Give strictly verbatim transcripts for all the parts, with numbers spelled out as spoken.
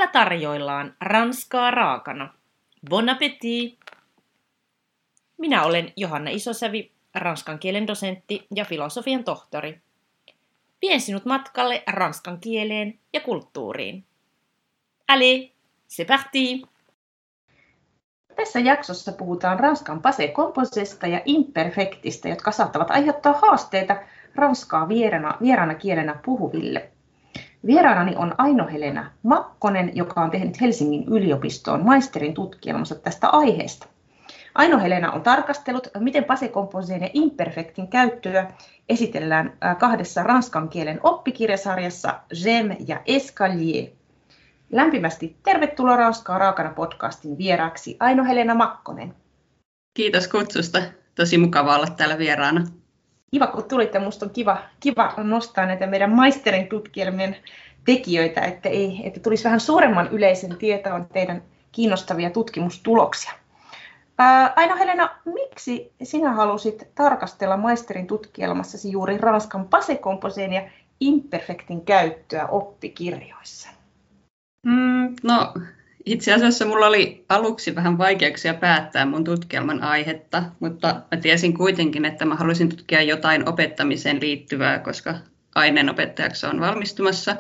tarjoillaan ranskaa raakana. Bon appétit! Minä olen Johanna Isosävi, ranskan kielen dosentti ja filosofian tohtori. Vien sinut matkalle ranskan kieleen ja kulttuuriin. Allez, c'est parti! Tässä jaksossa puhutaan ranskan passé composésta ja imperfektistä, jotka saattavat aiheuttaa haasteita ranskaa vieraana, vieraana kielenä puhuville. Vieraanani on Aino-Helena Makkonen, joka on tehnyt Helsingin yliopistoon maisterin tutkielmansa tästä aiheesta. Aino-Helena on tarkastellut, miten passé composén ja imperfektin käyttöä esitellään kahdessa ranskan kielen oppikirjasarjassa J'aime ja Escalier. Lämpimästi tervetuloa Ranskaa raakana podcastin vieraaksi Aino-Helena Makkonen. Kiitos kutsusta. Tosi mukava olla täällä vieraana. Kiva, kun tulitte. Minusta on kiva, kiva nostaa näitä meidän maisterin tutkielmien tekijöitä, että, ei, että tulisi vähän suuremman yleisen tietoon teidän kiinnostavia tutkimustuloksia. Ää, Aino-Helena, miksi sinä halusit tarkastella maisterin tutkielmassasi juuri ranskan passé composén ja imperfektin käyttöä oppikirjoissa? Mm, no, itse asiassa mulla oli aluksi vähän vaikeuksia päättää mun tutkielman aihetta, mutta mä tiesin kuitenkin, että mä halusin tutkia jotain opettamiseen liittyvää, koska aineenopettajaksi on valmistumassa.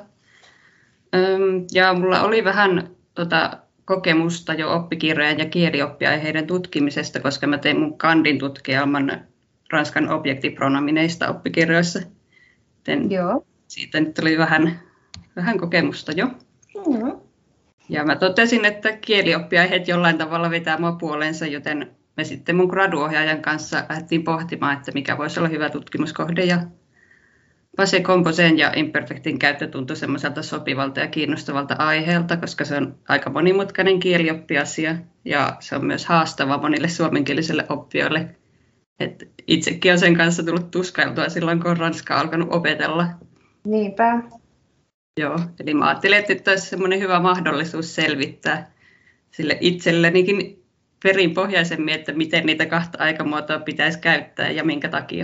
Ja mulla oli vähän tota, kokemusta jo oppikirjojen ja kielioppiaiheiden tutkimisesta, koska mä tein mun kandin tutkielman ranskan objektipronomineista oppikirjoissa. Joten Joo. Siitä nyt oli vähän, vähän kokemusta jo. Mm-hmm. Ja mä totesin, että kielioppiaiheet jollain tavalla vetää mua puoleensa, joten me sitten mun graduohjaajan kanssa lähdettiin pohtimaan, että mikä voisi olla hyvä tutkimuskohde. Ja passé composén ja imperfektin käyttö tuntui semmoiselta sopivalta ja kiinnostavalta aiheelta, koska se on aika monimutkainen kielioppiasia ja se on myös haastava monille suomenkielisille oppijoille. Et itsekin on sen kanssa tullut tuskailtua silloin, kun on ranskaa alkanut opetella. Niinpä. Joo, eli mä ajattelin, että nyt olisi semmoinen hyvä mahdollisuus selvittää sille itsellenikin perinpohjaisemmin, että miten niitä kahta aikamuotoa pitäisi käyttää ja minkä takia.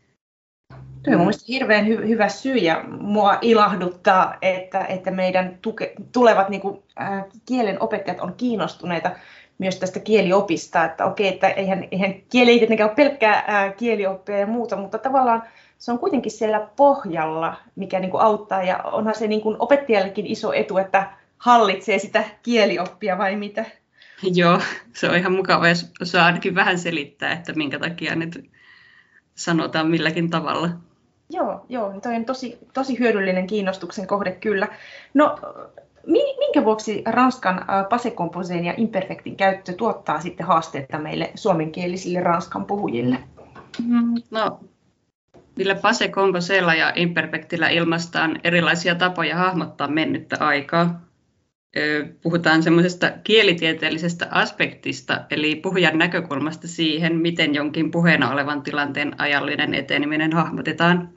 Tuo on mielestäni hirveän hy- hyvä syy ja mua ilahduttaa, että, että meidän tuke- tulevat niin kuin, äh, kielen opettajat on kiinnostuneita myös tästä kieliopista. Että okei, että eihän, eihän kieli ei tietenkään ole pelkkää äh, kielioppia ja muuta, mutta tavallaan se on kuitenkin siellä pohjalla, mikä niin kuin auttaa, ja onhan se niin kuin opettajallekin iso etu, että hallitsee sitä kielioppia vai mitä? Joo, se on ihan mukava, jos osaa ainakin vähän selittää, että minkä takia nyt sanotaan milläkin tavalla. Joo, joo, toi on tosi, tosi hyödyllinen kiinnostuksen kohde kyllä. No, minkä vuoksi ranskan passé composén ja imperfektin käyttö tuottaa sitten haasteita meille suomenkielisille ranskan puhujille? No, Niillä passé composélla ja imperfektillä ilmaistaan erilaisia tapoja hahmottaa mennyttä aikaa. Puhutaan semmoisesta kielitieteellisestä aspektista, eli puhujan näkökulmasta siihen, miten jonkin puheena olevan tilanteen ajallinen eteneminen hahmotetaan.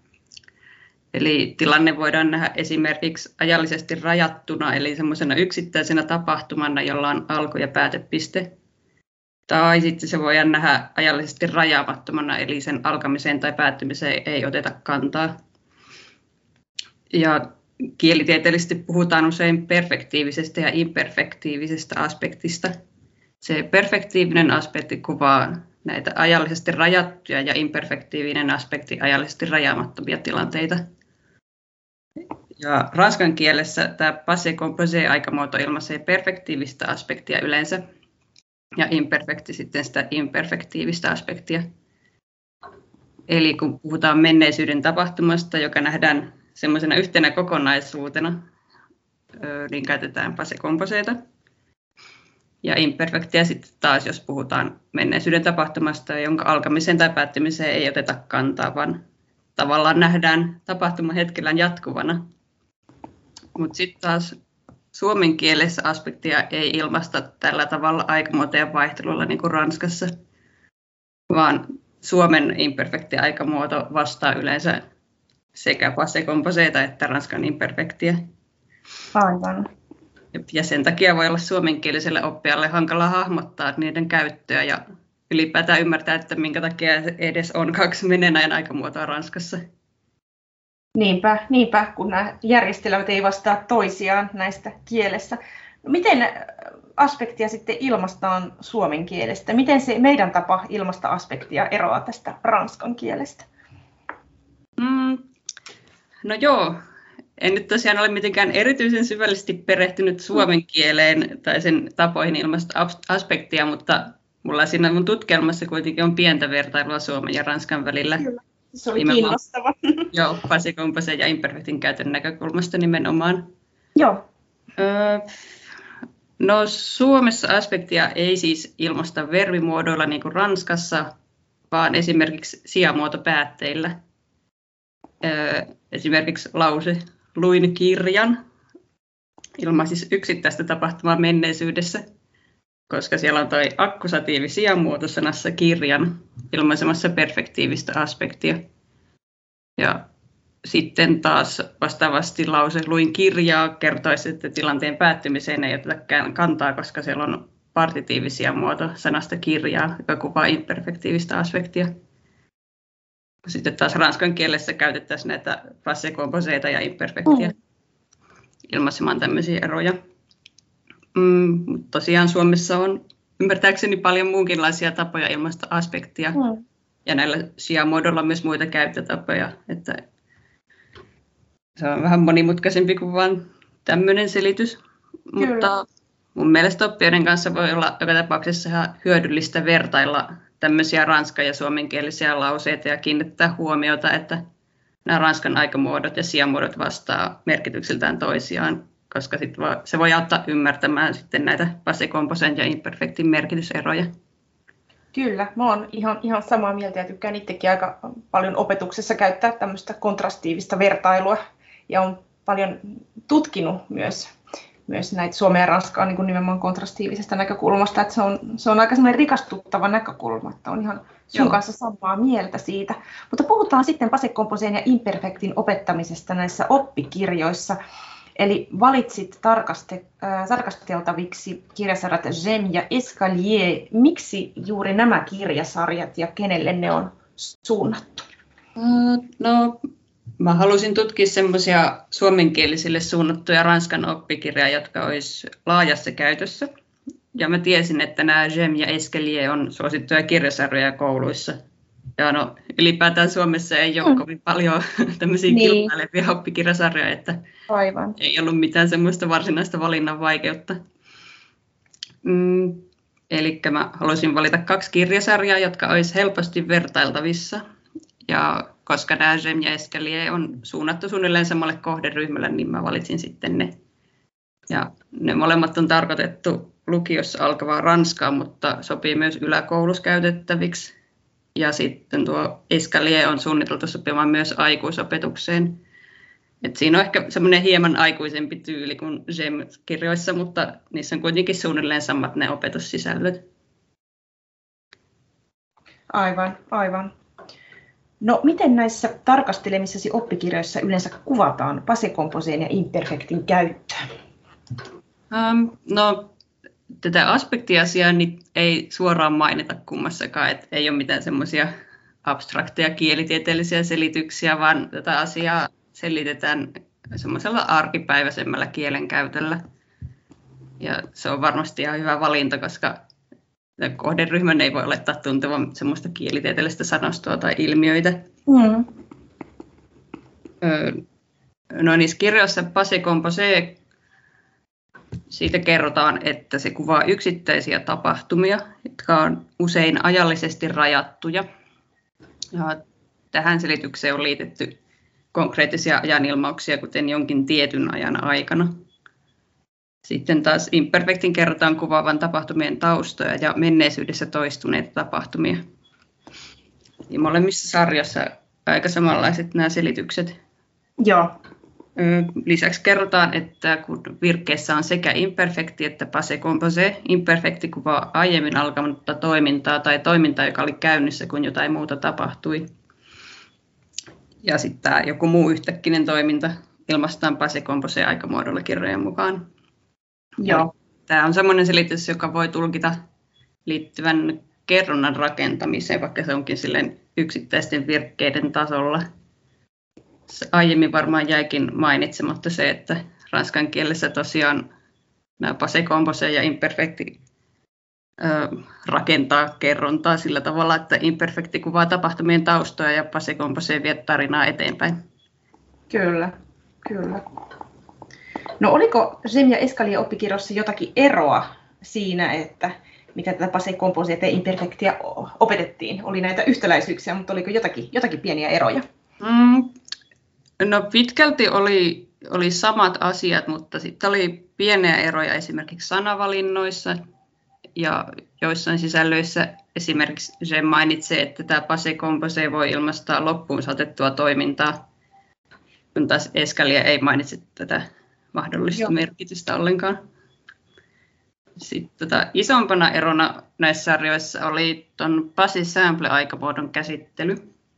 Eli tilanne voidaan nähdä esimerkiksi ajallisesti rajattuna, eli semmoisena yksittäisenä tapahtumana, jolla on alku- ja päätepiste. Tai sitten se voidaan nähdä ajallisesti rajaamattomana, eli sen alkamiseen tai päättymiseen ei oteta kantaa. Ja kielitieteellisesti puhutaan usein perfektiivisestä ja imperfektiivisestä aspektista. Se perfektiivinen aspekti kuvaa näitä ajallisesti rajattuja ja imperfektiivinen aspekti ajallisesti rajaamattomia tilanteita. Ja ranskan kielessä tämä passé composé aikamuoto ilmaisee perfektiivistä aspektia yleensä. Ja imperfekti sitten sitä imperfektiivistä aspektia. Eli kun puhutaan menneisyyden tapahtumasta, joka nähdään semmoisena yhtenä kokonaisuutena, niin käytetään passé composéta. Ja imperfektiä sitten taas, jos puhutaan menneisyyden tapahtumasta, jonka alkamiseen tai päättymiseen ei oteta kantaa, vaan tavallaan nähdään tapahtuma hetkellään jatkuvana. Mutta sitten taas suomen kielessä aspektia ei ilmaista tällä tavalla aikamuotojen vaihtelulla niin kuin Ranskassa, vaan Suomen imperfekti aikamuoto vastaa yleensä sekä passé composéta että ranskan imperfektiä. Aivan. Ja sen takia voi olla suomenkieliselle oppijalle hankala hahmottaa niiden käyttöä ja ylipäätään ymmärtää, että minkä takia edes on kaksi menenajan aikamuotoa Ranskassa. Niinpä, niinpä, kun nämä järjestelmät ei vastaa toisiaan näistä kielessä. No, miten aspektia sitten ilmaistaan suomen kielestä? Miten se meidän tapa ilmaista aspektia eroaa tästä ranskan kielestä? Mm, no joo, en nyt tosiaan ole mitenkään erityisen syvällisesti perehtynyt suomen kieleen tai sen tapoihin ilmaista aspektia, mutta mulla siinä mun tutkielmassa kuitenkin on pientä vertailua suomen ja ranskan välillä. Kyllä, se oli kiinnostava. Joo, passé composé ja imperfectin käytön näkökulmasta nimenomaan. Joo. Öö, no Suomessa aspektia ei siis ilmaista verbimuodoilla niin kuin Ranskassa, vaan esimerkiksi sijamuotopäätteillä. Öö, esimerkiksi lause luin kirjan ilmaisisi yksittäistä tapahtumaa menneisyydessä, koska siellä on tuo akkusatiivi sijamuotosanassa kirjan ilmaisemassa perfektiivistä aspektia. Ja sitten taas vastaavasti lause luin kirjaa kertoisi, että tilanteen päättymiseen ei otetakään kantaa, koska siellä on partitiivisia muoto sanasta kirjaa, joka kuvaa imperfektiivistä aspektia. Sitten taas ranskan kielessä käytettäisiin näitä passé composéta ja imperfektiä mm. ilmaisemaan tämmöisiä eroja. Mm, mutta tosiaan Suomessa on ymmärtääkseni paljon muunkinlaisia tapoja ilmaista aspektia. Mm. Ja näillä sijamuodoilla on myös muita käyttötapoja. Että se on vähän monimutkaisempi kuin vain tämmöinen selitys. Kyllä. Mutta mun mielestä oppijoiden kanssa voi olla joka tapauksessa ihan hyödyllistä vertailla tämmöisiä ranskan- ja suomenkielisiä lauseita ja kiinnittää huomiota, että nämä ranskan aikamuodot ja sijamuodot vastaa merkityksiltään toisiaan, koska sit se voi auttaa ymmärtämään sitten näitä passé composén ja imperfectin merkityseroja. Kyllä, mä oon ihan, ihan samaa mieltä ja tykkään itsekin aika paljon opetuksessa käyttää tämmöistä kontrastiivista vertailua ja on paljon tutkinut myös, myös näitä suomea ja ranskaa niin kuin nimenomaan kontrastiivisesta näkökulmasta, että se on, se on aika semmoinen rikastuttava näkökulma, että on ihan sun Joo. kanssa samaa mieltä siitä. Mutta puhutaan sitten passé composén ja imperfectin opettamisesta näissä oppikirjoissa. Eli valitsit tarkaste, äh, tarkasteltaviksi kirjasarjat J'aime ja Escalier. Miksi juuri nämä kirjasarjat ja kenelle ne on suunnattu? No, mä halusin tutkia semmoisia suomenkielisille suunnattuja ranskan oppikirjoja, jotka olisi laajassa käytössä. Ja mä tiesin, että nämä J'aime ja Escalier on suosittuja kirjasarjoja kouluissa. Ja no, ylipäätään Suomessa ei ole mm. kovin paljon tämmöisiä niin. kilpailevia oppikirjasarjoja, että Aivan. ei ollut mitään semmoista varsinaista valinnan vaikeutta. Mm, eli mä halusin valita kaksi kirjasarjaa, jotka olisi helposti vertailtavissa. Ja koska nämä J'aime ja Escalier on suunnattu suunnilleen samalle kohderyhmälle, niin mä valitsin sitten ne. Ja ne molemmat on tarkoitettu lukiossa alkavaa ranskaa, mutta sopii myös yläkoulussa käytettäviksi. Ja sitten tuo Escalier on suunniteltu sopimaan myös aikuisopetukseen. Et siinä on ehkä semmoinen hieman aikuisempi tyyli kuin J'aime-kirjoissa, mutta niissä on kuitenkin suunnilleen samat ne opetussisällöt. Aivan, aivan. No miten näissä tarkastelemissasi oppikirjoissa yleensä kuvataan passé composén ja imperfectin käyttöä? Um, no tätä aspektiasiaa niin ei suoraan mainita kummassakaan, että ei ole mitään semmoisia abstrakteja kielitieteellisiä selityksiä, vaan tätä asiaa selitetään semmoisella arkipäiväisemmällä kielenkäytöllä. Ja se on varmasti ihan hyvä valinta, koska kohderyhmän ei voi olettaa tuntevan semmoista kielitieteellistä sanastoa tai ilmiöitä. Mm. No niissä kirjoissa passé composé, siitä kerrotaan, että se kuvaa yksittäisiä tapahtumia, jotka on usein ajallisesti rajattuja. Ja tähän selitykseen on liitetty konkreettisia ajanilmauksia, kuten jonkin tietyn ajan aikana. Sitten taas imperfectin kerrotaan kuvaavan tapahtumien taustoja ja menneisyydessä toistuneita tapahtumia. Ja molemmissa sarjassa aika samanlaiset nämä selitykset. Joo. Lisäksi kerrotaan, että kun virkkeessä on sekä imperfekti että passé composé, imperfekti kuvaa aiemmin alkanutta toimintaa tai toimintaa, joka oli käynnissä, kun jotain muuta tapahtui. Ja sitten tämä joku muu yhtäkkinen toiminta ilmaistaan passé composé aikamuodolla kirjojen mukaan. Joo. Tämä on sellainen selitys, joka voi tulkita liittyvän kerronnan rakentamiseen, vaikka se onkin silleen yksittäisten virkkeiden tasolla. Aiemmin varmaan jäikin mainitsematta se, että ranskan kielessä tosiaan nämä passé composé ja imperfekti rakentaa kerrontaa sillä tavalla, että imperfekti kuvaa tapahtumien taustoja ja passé composé vie tarinaa eteenpäin. Kyllä, kyllä. No oliko Gem ja Escalier oppikirjoissa jotakin eroa siinä, että mitä tätä passé composé ja imperfektiä opetettiin? Oli näitä yhtäläisyyksiä, mutta oliko jotakin, jotakin pieniä eroja? Mm, no pitkälti oli, oli samat asiat, mutta sitten oli pieniä eroja esimerkiksi sanavalinnoissa. Ja joissain sisällöissä esimerkiksi Gem mainitsee, että tämä passé composé voi ilmaistaa loppuun saatettua toimintaa, kun taas Escalier ei mainitse tätä mahdollista Joo. merkitystä ollenkaan. Sitten tota, isompana erona näissä sarjoissa oli tuon passé simple-aikamuodon käsittely.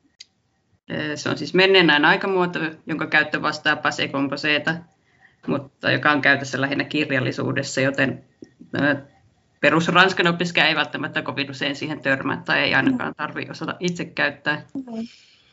Se on siis menneenäinen aikamuoto, jonka käyttö vastaa passé composéta, mutta joka on käytössä lähinnä kirjallisuudessa, joten perusranskan opiskelija ei välttämättä kovin usein siihen törmää tai ei ainakaan tarvitse osata itse käyttää. Mm.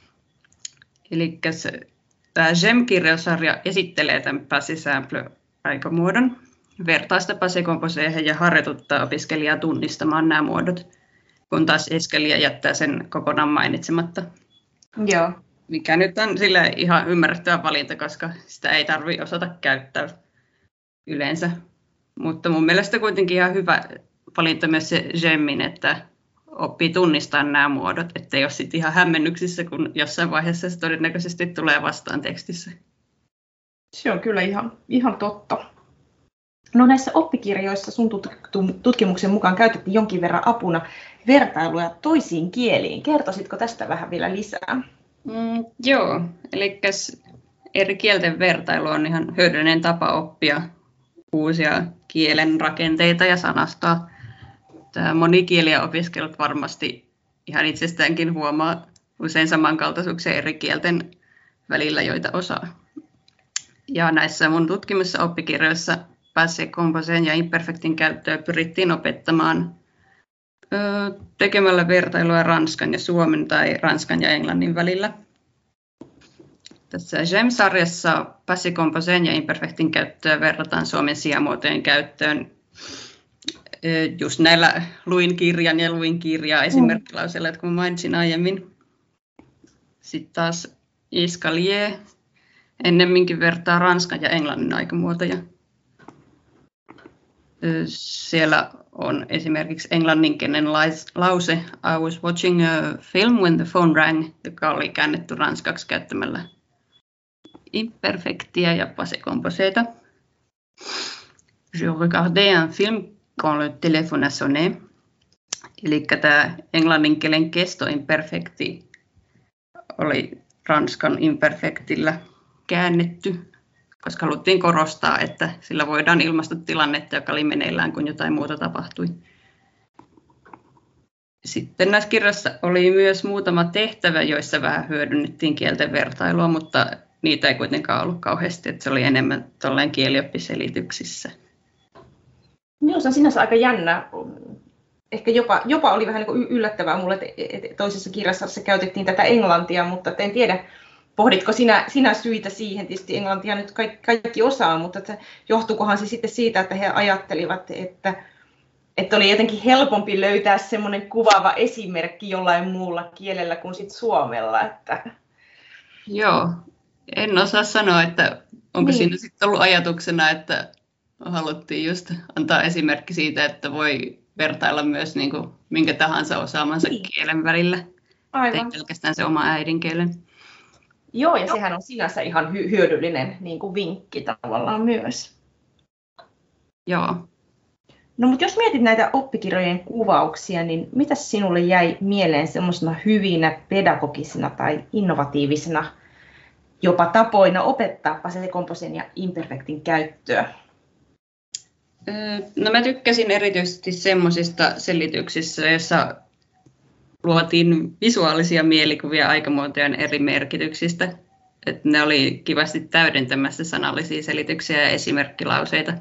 Eli tämä Gem-kirjasarja esittelee tämän passé simple-aikamuodon, vertaa sitä passé composéhen ja harjoituttaa opiskelijaa tunnistamaan nämä muodot, kun taas Escalier jättää sen kokonaan mainitsematta. Joo. Mikä nyt on sille ihan ymmärrettävä valinta, koska sitä ei tarvitse osata käyttää yleensä. Mutta mun mielestä kuitenkin ihan hyvä valinta myös se Gemin, että oppii tunnistamaan nämä muodot, ettei ole sitten ihan hämmennyksissä, kun jossain vaiheessa se todennäköisesti tulee vastaan tekstissä. Se on kyllä ihan, ihan totta. No näissä oppikirjoissa sun tutkimuksen mukaan käytettiin jonkin verran apuna vertailuja toisiin kieliin. Kertoisitko tästä vähän vielä lisää? Mm, joo, eli eri kielten vertailu on ihan hyödyllinen tapa oppia uusia kielen rakenteita ja sanastoa. Tämä monikieliä opiskelut varmasti ihan itsestäänkin huomaa usein samankaltaisuuksia eri kielten välillä, joita osaa. Ja näissä mun tutkimussa oppikirjoissa passé composén ja imperfektin käyttöä pyrittiin opettamaan ö, tekemällä vertailua ranskan ja suomen tai ranskan ja englannin välillä. Tässä Gem-sarjassa passé composén ja imperfektin käyttöä verrataan suomen sijamuotojen käyttöön just näillä luin kirjan ja luin kirjaa esimerkkilauseilla, jotka mainitsin aiemmin. Sitten taas Escalier ennemminkin vertaa ranskan ja englannin aikamuotoja. Siellä on esimerkiksi englanninkielinen lause I was watching a film when the phone rang, joka oli käännetty ranskaksi käyttämällä imperfektiä ja passé composéta. Je regardais un film quand le téléphone a sonné. Eli tämä englanninkielen kestoimperfekti oli ranskan imperfektillä käännetty, koska haluttiin korostaa, että sillä voidaan ilmaista tilannetta, joka oli meneillään, kun jotain muuta tapahtui. Sitten näissä kirjoissa oli myös muutama tehtävä, joissa vähän hyödynnettiin kielten vertailua, mutta niitä ei kuitenkaan ollut kauheasti, että se oli enemmän tolleen kielioppiselityksissä. Minusta on sinänsä aika jännä. Ehkä jopa, jopa oli vähän niin kuin yllättävää mulle, että toisessa kirjassa käytettiin tätä englantia, mutta en tiedä, pohditko sinä, sinä syitä siihen. Tietysti englantia nyt kaikki, kaikki osaa, mutta että johtuukohan se sitten siitä, että he ajattelivat, että, että oli jotenkin helpompi löytää semmoinen kuvaava esimerkki jollain muulla kielellä kuin sit suomella. Että... Joo, en osaa sanoa, että onko niin. Siinä sitten ollut ajatuksena, että haluttiin just antaa esimerkki siitä, että voi vertailla myös niin kuin minkä tahansa osaamansa niin. kielen välillä, Aivan. ei pelkästään se oma äidinkielen. Joo, ja sehän on sinänsä ihan hy- hyödyllinen niin kuin vinkki tavallaan myös. Joo. No mutta jos mietit näitä oppikirjojen kuvauksia, niin mitä sinulle jäi mieleen semmoisena hyvinä, pedagogisina tai innovatiivisina jopa tapoina opettaa passé composén ja imperfektin käyttöä? No mä tykkäsin erityisesti semmoisista selityksissä, joissa luotiin visuaalisia mielikuvia aikamuotojen eri merkityksistä. Että ne oli kivasti täydentämässä sanallisia selityksiä ja esimerkkilauseita.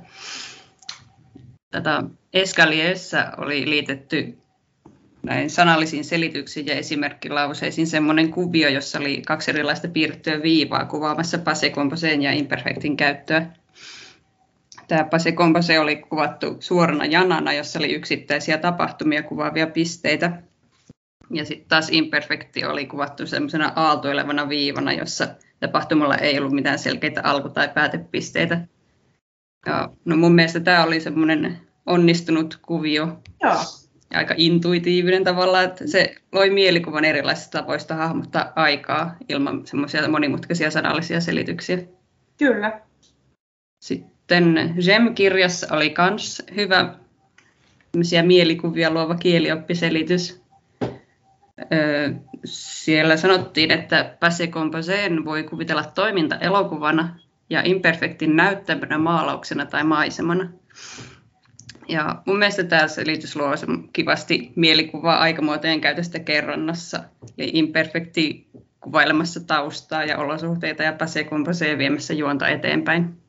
Tätä Escalierissa oli liitetty näin sanallisiin selityksiin ja esimerkkilauseisiin semmoinen kuvio, jossa oli kaksi erilaista piirrettyä viivaa kuvaamassa passé composén ja imperfektin käyttöä. Tämä passé composé oli kuvattu suorana janana, jossa oli yksittäisiä tapahtumia kuvaavia pisteitä. Ja sitten taas imperfekti oli kuvattu semmoisena aaltoilevana viivana, jossa tapahtumalla ei ollut mitään selkeitä alku- tai päätepisteitä. Ja, no mun mielestä tämä oli semmoinen onnistunut kuvio. Joo. Ja aika intuitiivinen tavalla, että se loi mielikuvan erilaisista tavoista hahmottaa aikaa ilman semmoisia monimutkaisia sanallisia selityksiä. Kyllä. Sitten J E M-kirjassa oli myös hyvä mielikuvia luova kielioppiselitys. Siellä sanottiin, että passé composén voi kuvitella toiminta elokuvana ja imperfektin näyttämänä maalauksena tai maisemana. Ja mun mielestä tämä selitys luo kivasti mielikuvaa aikamuotojen käytöstä kerronnassa, eli imperfekti kuvailemassa taustaa ja olosuhteita ja passé composé viemässä juonta eteenpäin.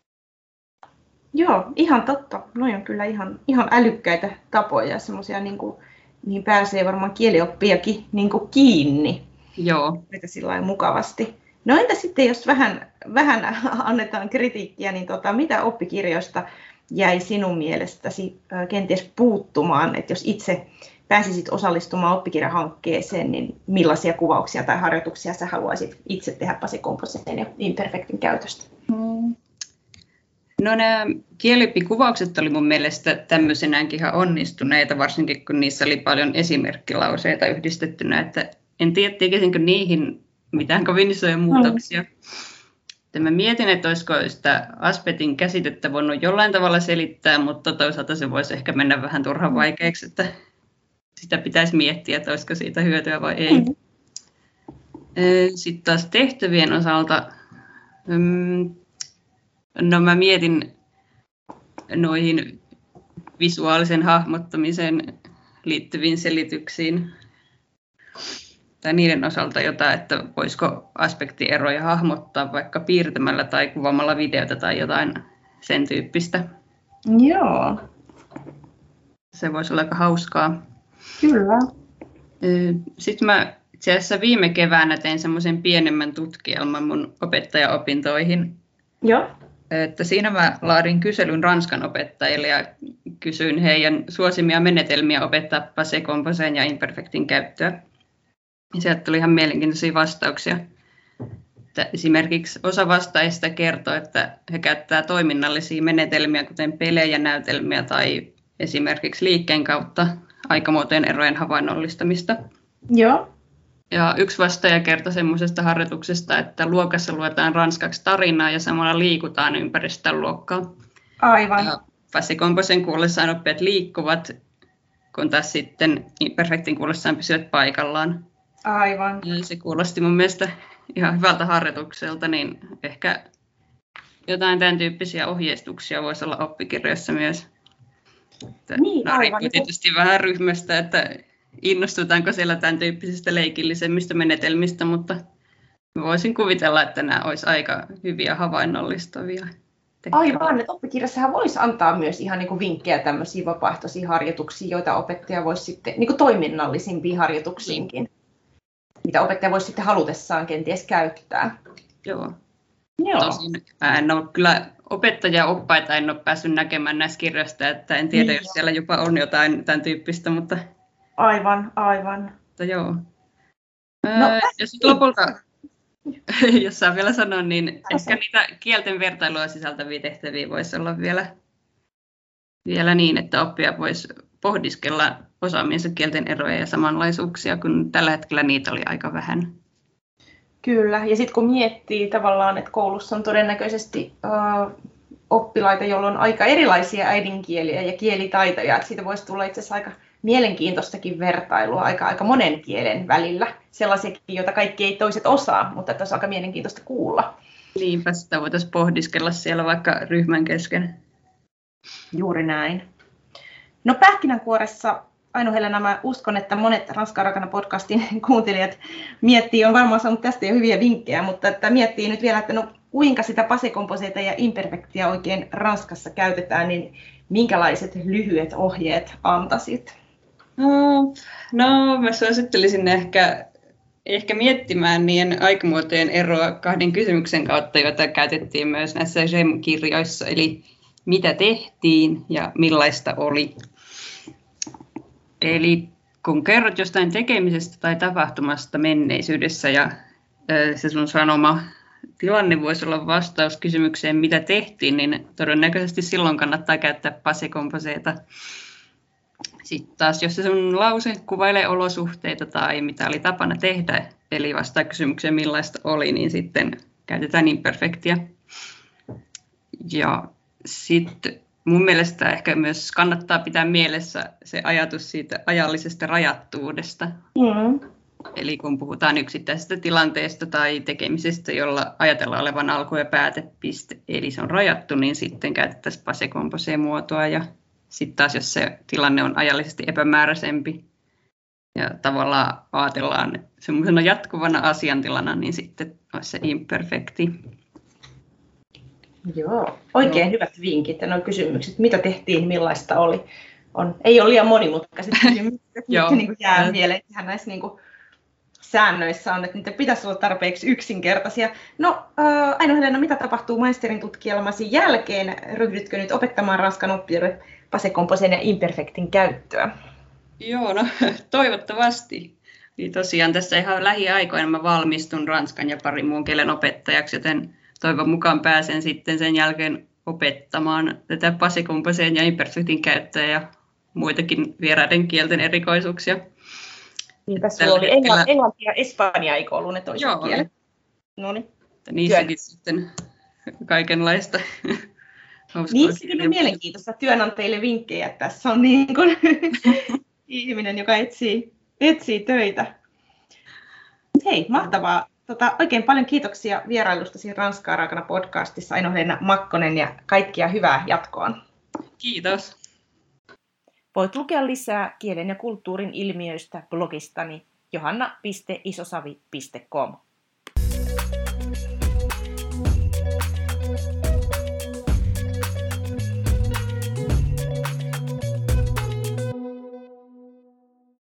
Joo, ihan totta. Noi on kyllä ihan, ihan älykkäitä tapoja, semmoisia, niin kuin, mihin pääsee varmaan kielioppiakin niin kuin kiinni. Joo. Sillä lailla mukavasti. No entä sitten, jos vähän, vähän annetaan kritiikkiä, niin tota, mitä oppikirjoista jäi sinun mielestäsi kenties puuttumaan, että jos itse pääsisit osallistumaan oppikirjahankkeeseen, niin millaisia kuvauksia tai harjoituksia sä haluaisit itse tehdä passé composén ja imperfektin käytöstä? Hmm. No nämä kieliopikuvaukset oli mun mielestä tämmöisenäänkin ihan onnistuneita, varsinkin kun niissä oli paljon esimerkkilauseita yhdistettynä, että en tiedä, tekisinkö niihin mitään kovin isoja muutoksia. Mm. Mä mietin, että olisiko sitä aspetin käsitettä voinut jollain tavalla selittää, mutta toisaalta se voisi ehkä mennä vähän turhan vaikeaksi, että sitä pitäisi miettiä, että olisiko siitä hyötyä vai ei. Mm. Sitten taas tehtävien osalta, no mä mietin noihin visuaalisen hahmottamiseen liittyviin selityksiin, tai niiden osalta jotain, että voisiko aspektieroja hahmottaa vaikka piirtämällä tai kuvaamalla videota tai jotain sen tyyppistä. Joo. Se voisi olla aika hauskaa. Kyllä. Sitten mä itse asiassa viime keväänä tein semmoisen pienemmän tutkielman mun opettajaopintoihin. Joo. Että siinä mä laadin kyselyn ranskan opettajille ja kysyin heidän suosimia menetelmiä opettaa passé composén ja imperfektin käyttöä. Sieltä tuli ihan mielenkiintoisia vastauksia. Että esimerkiksi osa vastaajista kertoo, että he käyttävät toiminnallisia menetelmiä, kuten pelejä, näytelmiä tai esimerkiksi liikkeen kautta aikamuotojen erojen havainnollistamista. Joo. Ja yksi vastaaja kertoi semmoisesta harjoituksesta, että luokassa luetaan ranskaksi tarinaa ja samalla liikutaan ympäri sitä luokkaa. Aivan. Ja passé composén kuullessaan oppijat liikkuvat, kun taas sitten imperfektin kuullessaan pysyvät paikallaan. Aivan. Ja se kuulosti mun mielestä ihan hyvältä harjoitukselta, niin ehkä jotain tämän tyyppisiä ohjeistuksia voisi olla oppikirjoissa myös. Niin, no, riippuu tietysti vähän ryhmästä, että innostutaanko siellä tämän tyyppisistä leikillisemmistä menetelmistä, mutta voisin kuvitella, että nämä olisi aika hyviä havainnollistavia. Aivan, että oppikirjassahan voisi antaa myös ihan niin kuin vinkkejä tämmöisiä vapaaehtoisia harjoituksia, joita opettaja voisi sitten, niin kuin toiminnallisimpiin harjoituksiinkin, mitä opettaja voisi sitten halutessaan kenties käyttää. Joo. Joo. Tosin mä en ole kyllä opettaja-oppaita en ole päässyt näkemään näistä kirjoista, että en tiedä, niin. Jos siellä jopa on jotain tämän tyyppistä, mutta... Aivan, aivan. Mutta joo. No, öö, ja sitten lopulta, jos saa vielä sanoa, niin Asa. Ehkä niitä kielten vertailua sisältäviä tehtäviä voisi olla vielä, vielä niin, että oppija voisi pohdiskella osaamiensa kielten eroja ja samanlaisuuksia, kun tällä hetkellä niitä oli aika vähän. Kyllä, ja sitten kun miettii tavallaan, että koulussa on todennäköisesti äh, oppilaita, joilla on aika erilaisia äidinkieliä ja kielitaitoja, että siitä voisi tulla itse asiassa aika mielenkiintoistakin vertailua aika, aika monen kielen välillä. Sellaisiakin, joita kaikki ei toiset osaa, mutta että olisi aika mielenkiintoista kuulla. Niinpä sitä voitaisiin pohdiskella siellä vaikka ryhmän kesken. Juuri näin. No pähkinänkuoressa, Aino-Helena, mä uskon, että monet Ranskaa rakana podcastin kuuntelijat miettii, on varmaan saanut tästä jo hyviä vinkkejä, mutta että miettii nyt vielä, että no kuinka sitä passé composéta ja imperfektiä oikein Ranskassa käytetään, niin minkälaiset lyhyet ohjeet antaisit? No, no mä suosittelisin ehkä, ehkä miettimään niiden aikamuotojen eroa kahden kysymyksen kautta, joita käytettiin myös näissä J E M-kirjoissa. Eli mitä tehtiin ja millaista oli. Eli kun kerrot jostain tekemisestä tai tapahtumasta menneisyydessä ja se sun sanoma tilanne voisi olla vastaus kysymykseen, mitä tehtiin, niin todennäköisesti silloin kannattaa käyttää passé composéta. Sitten taas, jos se sun lause kuvailee olosuhteita tai mitä oli tapana tehdä, eli vastaa kysymykseen, millaista oli, niin sitten käytetään imperfektiä. Ja sitten mun mielestä ehkä myös kannattaa pitää mielessä se ajatus siitä ajallisesta rajattuudesta. Mm. Eli kun puhutaan yksittäisestä tilanteesta tai tekemisestä, jolla ajatellaan olevan alku- ja päätepiste, eli se on rajattu, niin sitten käytettäisiin passé composé-muotoa. Ja sitten taas, jos se tilanne on ajallisesti epämääräisempi ja tavallaan ajatellaan semmoisena jatkuvana asiantilana, niin sitten olisi se imperfekti. Joo, oikein no. Hyvät vinkit ja nuo kysymykset, mitä tehtiin, millaista oli. On, ei ole liian monimutkaiset kysymykset, mitkä niin jää mieleen. Ihan näissä niin kuin säännöissä on, että niitä pitäisi olla tarpeeksi yksinkertaisia. No, äh, Aino-Helena, mitä tapahtuu maisterin tutkielmasi jälkeen? Ryhdytkö nyt opettamaan ranskan oppijoille passé composén ja imperfektin käyttöä? Joo, no toivottavasti. Niin tosiaan tässä ihan lähiaikoina mä valmistun ranskan ja parin muun kielen opettajaksi, joten toivon mukaan pääsen sitten sen jälkeen opettamaan tätä passé composén ja imperfektin käyttöä ja muitakin vieraiden kielten erikoisuuksia. Niinpä sulla oli hetkellä... englanti ja espanja, eikö ollut ne toiset kielet? Noniin. Niissäkin sitten kaikenlaista. Niissäkin on mielenkiintoista työnantajille vinkkejä. Tässä on niin kuin ihminen, joka etsii, etsii töitä. Hei, mahtavaa. Tota, oikein paljon kiitoksia vierailustasi Ranskaa raakana podcastissa, Aino-Helena Makkonen, ja kaikkia hyvää jatkoon. Kiitos. Voit lukea lisää kielen ja kulttuurin ilmiöistä blogistani johanna piste isosavi piste com.